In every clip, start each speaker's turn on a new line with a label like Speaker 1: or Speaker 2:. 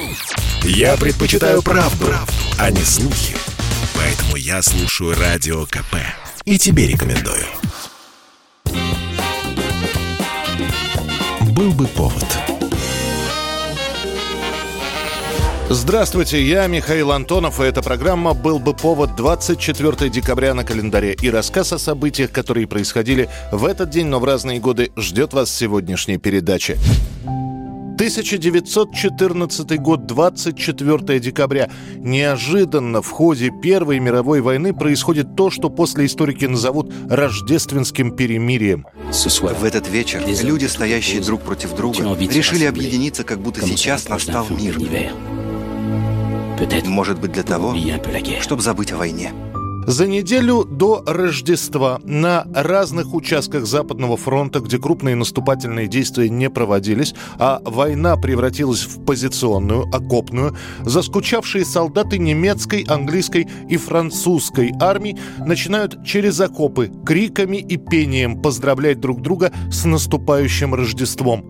Speaker 1: Я предпочитаю правду, а не слухи. Поэтому я слушаю Радио КП. И тебе рекомендую. Был бы повод.
Speaker 2: Здравствуйте, я Михаил Антонов, и эта программа «Был бы повод», 24 декабря на календаре. И рассказ о событиях, которые происходили в этот день, но в разные годы, ждет вас в сегодняшней передаче. 1914 год, 24 декабря. Неожиданно в ходе Первой мировой войны происходит то, что после историки назовут рождественским перемирием.
Speaker 3: В этот вечер люди, стоящие друг против друга, решили объединиться, как будто сейчас настал мир. Может быть, для того, чтобы забыть о войне.
Speaker 2: За неделю до Рождества на разных участках Западного фронта, где крупные наступательные действия не проводились, а война превратилась в позиционную, окопную, заскучавшие солдаты немецкой, английской и французской армий начинают через окопы криками и пением поздравлять друг друга с наступающим Рождеством.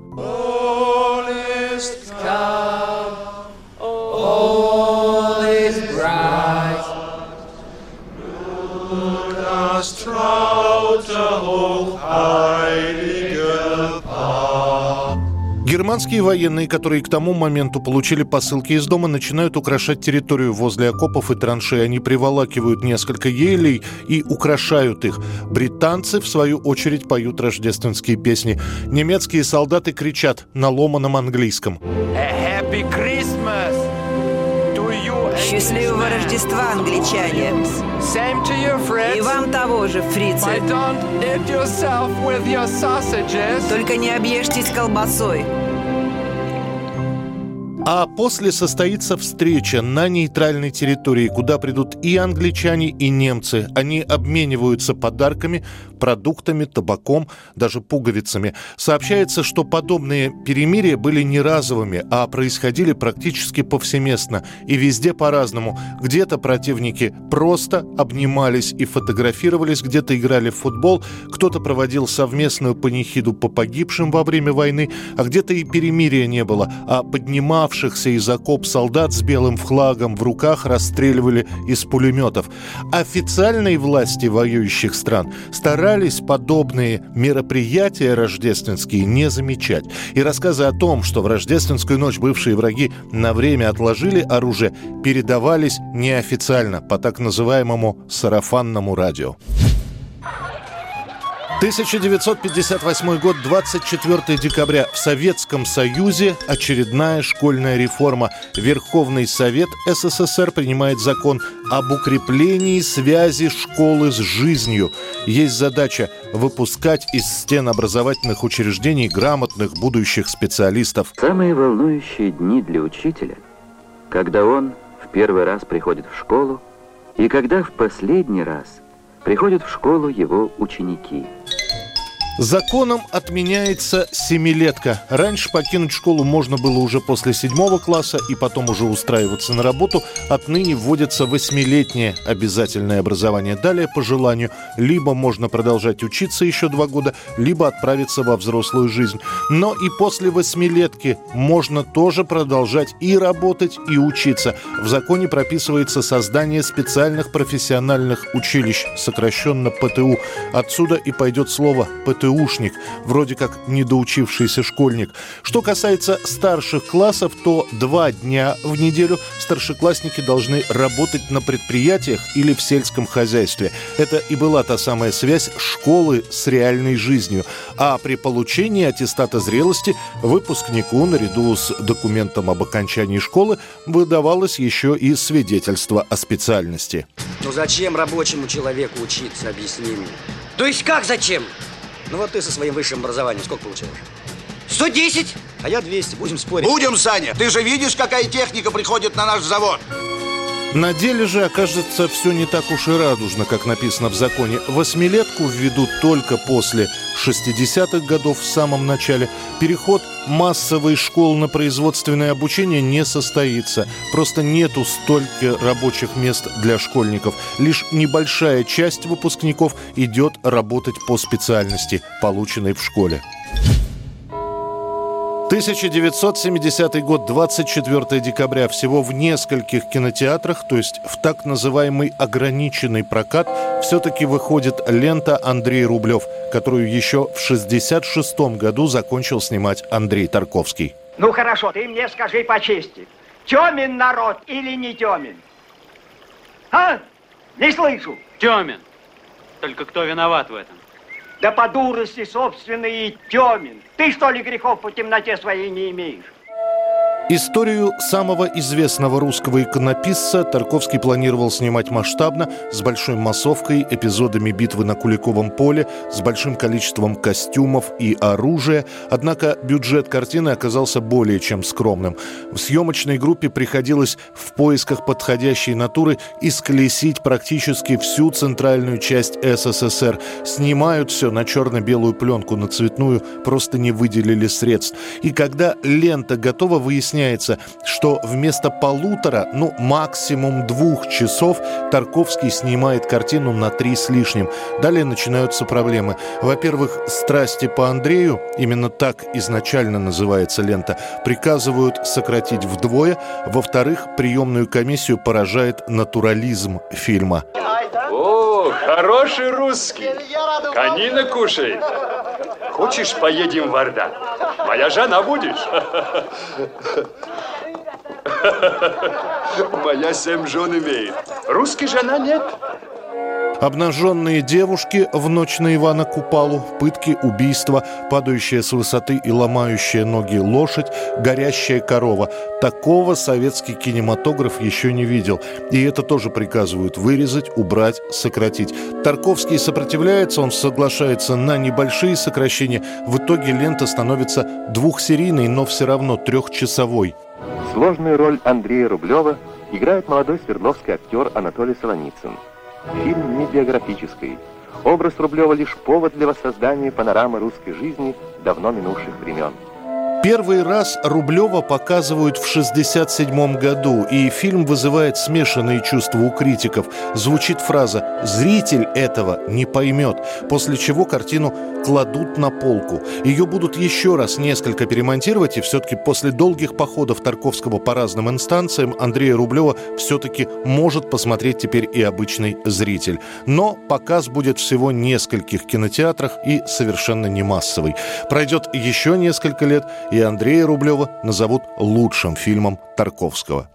Speaker 2: Германские военные, которые к тому моменту получили посылки из дома, начинают украшать территорию возле окопов и траншей. Они приволакивают несколько елей и украшают их. Британцы, в свою очередь, поют рождественские песни. Немецкие солдаты кричат на ломаном английском.
Speaker 4: Happy Christmas to you.
Speaker 5: Счастливого Рождества, англичане!
Speaker 4: Same to you, Fritz.
Speaker 5: И вам того же, фрицы!
Speaker 4: But don't eat yourself with your sausages.
Speaker 5: Только не объешьтесь колбасой.
Speaker 2: А после состоится встреча на нейтральной территории, куда придут и англичане, и немцы. Они обмениваются подарками, продуктами, табаком, даже пуговицами. Сообщается, что подобные перемирия были не разовыми, а происходили практически повсеместно. И везде по-разному. Где-то противники просто обнимались и фотографировались, где-то играли в футбол, кто-то проводил совместную панихиду по погибшим во время войны, а где-то и перемирия не было, а поднимавшихся из окоп солдат с белым флагом в руках расстреливали из пулеметов. Официальные власти воюющих стран старались подобные мероприятия рождественские не замечать. И рассказы о том, что в рождественскую ночь бывшие враги на время отложили оружие, передавались неофициально по так называемому сарафанному радио. 1958 год, 24 декабря. В Советском Союзе очередная школьная реформа. Верховный Совет СССР принимает закон об укреплении связи школы с жизнью. Есть задача выпускать из стен образовательных учреждений грамотных будущих специалистов.
Speaker 6: Самые волнующие дни для учителя, когда он в первый раз приходит в школу и когда в последний раз приходят в школу его ученики.
Speaker 2: Законом отменяется семилетка. Раньше покинуть школу можно было уже после 7 класса и потом уже устраиваться на работу. Отныне вводится 8-летнее обязательное образование. Далее, по желанию, либо можно продолжать учиться еще 2 года, либо отправиться во взрослую жизнь. Но и после 8-летки можно тоже продолжать и работать, и учиться. В законе прописывается создание специальных профессиональных училищ, сокращенно ПТУ. Отсюда и пойдет слово «ПТУ». Вроде как недоучившийся школьник. Что касается старших классов, то 2 дня в неделю старшеклассники должны работать на предприятиях или в сельском хозяйстве. Это и была та самая связь школы с реальной жизнью. А при получении аттестата зрелости выпускнику наряду с документом об окончании школы выдавалось еще и свидетельство о специальности.
Speaker 7: Ну зачем рабочему человеку учиться, объясни мне? То есть как зачем? Ну вот ты со своим высшим образованием сколько получаешь? 110, а я 200, будем спорить.
Speaker 8: Будем, Саня, ты же видишь, какая техника приходит на наш завод.
Speaker 2: На деле же окажется все не так уж и радужно, как написано в законе. 8-летку введут только после 60-х годов, в самом начале. Переход массовой школы на производственное обучение не состоится. Просто нету столько рабочих мест для школьников. Лишь небольшая часть выпускников идет работать по специальности, полученной в школе. 1970 год, 24 декабря. Всего в нескольких кинотеатрах, то есть в так называемый ограниченный прокат, все-таки выходит лента «Андрей Рублев», которую еще в 1966 году закончил снимать Андрей Тарковский.
Speaker 9: Ну хорошо, ты мне скажи по чести, темен народ или не темен? А? Не слышу.
Speaker 10: Темен. Только кто виноват в этом?
Speaker 9: Да по дурости собственной и темен. Ты что ли грехов по темноте своей не имеешь?
Speaker 2: Историю самого известного русского иконописца Тарковский планировал снимать масштабно, с большой массовкой, эпизодами битвы на Куликовом поле, с большим количеством костюмов и оружия. Однако бюджет картины оказался более чем скромным. В съемочной группе приходилось в поисках подходящей натуры исколесить практически всю центральную часть СССР. Снимают все на черно-белую пленку, на цветную просто не выделили средств. И когда лента готова, выясняется, что вместо 1,5, максимум 2 часов Тарковский снимает картину на 3 с лишним. Далее начинаются проблемы. Во-первых, «Страсти по Андрею», именно так изначально называется лента, приказывают сократить вдвое. Во-вторых, приемную комиссию поражает натурализм фильма.
Speaker 11: О, хороший русский. Конина кушает. Хочешь, поедем в Орда? Моя жена будешь? Моя 7 жен имеет. Русской жена нет.
Speaker 2: Обнаженные девушки в ночь на Ивана Купалу, пытки, убийства, падающая с высоты и ломающая ноги лошадь, горящая корова. Такого советский кинематограф еще не видел. И это тоже приказывают вырезать, убрать, сократить. Тарковский сопротивляется, он соглашается на небольшие сокращения. В итоге лента становится 2-серийной, но все равно 3-часовой.
Speaker 12: Сложную роль Андрея Рублева играет молодой свердловский актер Анатолий Солоницын. Фильм не биографический. Образ Рублева лишь повод для воссоздания панорамы русской жизни давно минувших времен.
Speaker 2: Первый раз Рублева показывают в 1967 году, и фильм вызывает смешанные чувства у критиков. Звучит фраза «Зритель этого не поймет», после чего картину кладут на полку. Ее будут еще раз несколько перемонтировать, и все-таки после долгих походов Тарковского по разным инстанциям Андрея Рублева все-таки может посмотреть теперь и обычный зритель. Но показ будет всего в нескольких кинотеатрах и совершенно не массовый. Пройдет еще несколько лет, и Андрея Рублева назовут лучшим фильмом Тарковского.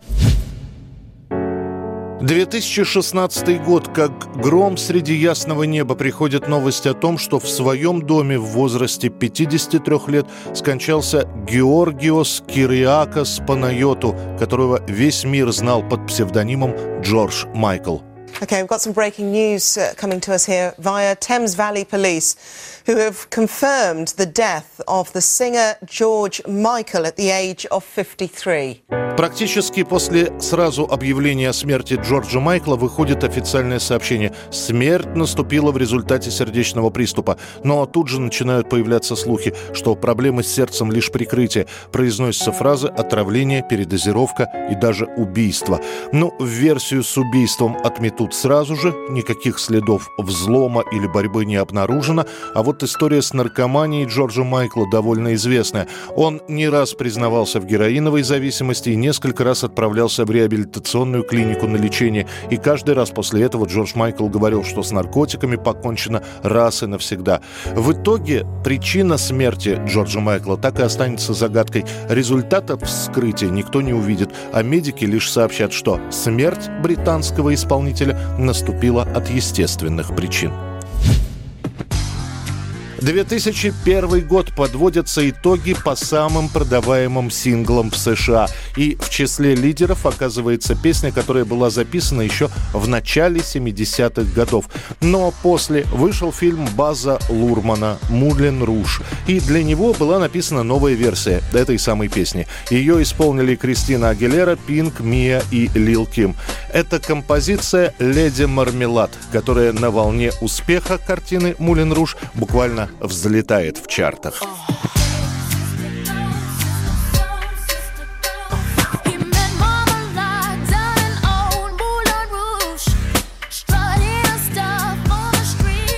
Speaker 2: 2016 год. Как гром среди ясного неба приходит новость о том, что в своем доме в возрасте 53 лет скончался Георгиос Кириакос Панайоту, которого весь мир знал под псевдонимом Джордж Майкл.
Speaker 13: Okay, we've got some breaking news coming to us here via Thames Valley Police, who have confirmed the death of the singer George Michael at the age of 53.
Speaker 2: Практически после сразу объявления о смерти Джорджа Майкла выходит официальное сообщение. Смерть наступила в результате сердечного приступа. Но тут же начинают появляться слухи, что проблемы с сердцем лишь прикрытие. Произносятся фразы «отравление», «передозировка» и даже «убийство». В версию с убийством отметут сразу же. Никаких следов взлома или борьбы не обнаружено. А вот история с наркоманией Джорджа Майкла довольно известная. Он не раз признавался в героиновой зависимости и несколько раз отправлялся в реабилитационную клинику на лечение. И каждый раз после этого Джордж Майкл говорил, что с наркотиками покончено раз и навсегда. В итоге причина смерти Джорджа Майкла так и останется загадкой. Результатов вскрытия никто не увидит, а медики лишь сообщат, что смерть британского исполнителя наступила от естественных причин. 2001 год. Подводятся итоги по самым продаваемым синглам в США. И в числе лидеров оказывается песня, которая была записана еще в начале 70-х годов. Но после вышел фильм База Лурмана «Мулен Руж». И для него была написана новая версия этой самой песни. Ее исполнили Кристина Агилера, Пинк, Мия и Лил Ким. Это композиция «Леди Мармелад», которая на волне успеха картины «Мулен Руж» буквально взлетает в чартах.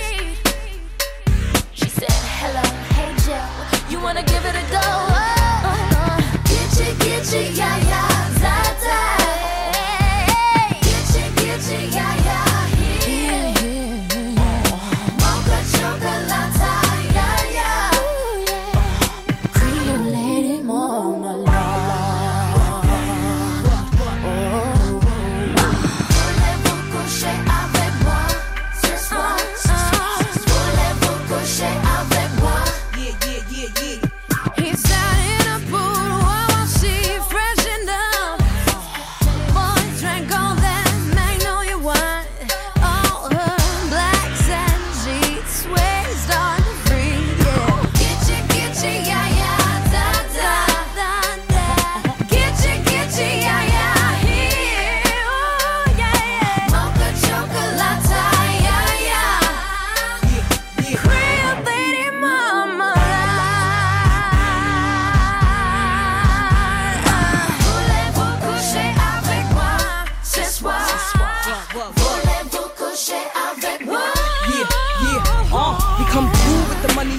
Speaker 14: You wanna give it a go?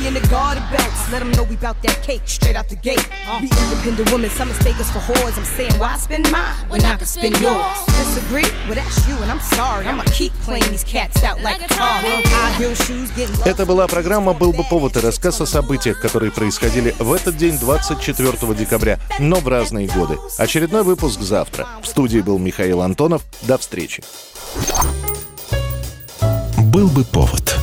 Speaker 14: in the garter belts. Let them know we bout that cake straight out the gate. We independent women, some mistake us for whores. I'm saying, why spend mine when I can spend yours? Disagree? Well, that's you, and I'm sorry. I'ma keep playing these cats out like a car. High heel shoes getting low.
Speaker 2: Это была программа «Был бы повод» и рассказ о событиях, которые происходили в этот день, 24 декабря, но в разные годы. Очередной выпуск завтра. В студии был Михаил Антонов. До встречи.
Speaker 1: «Был бы повод».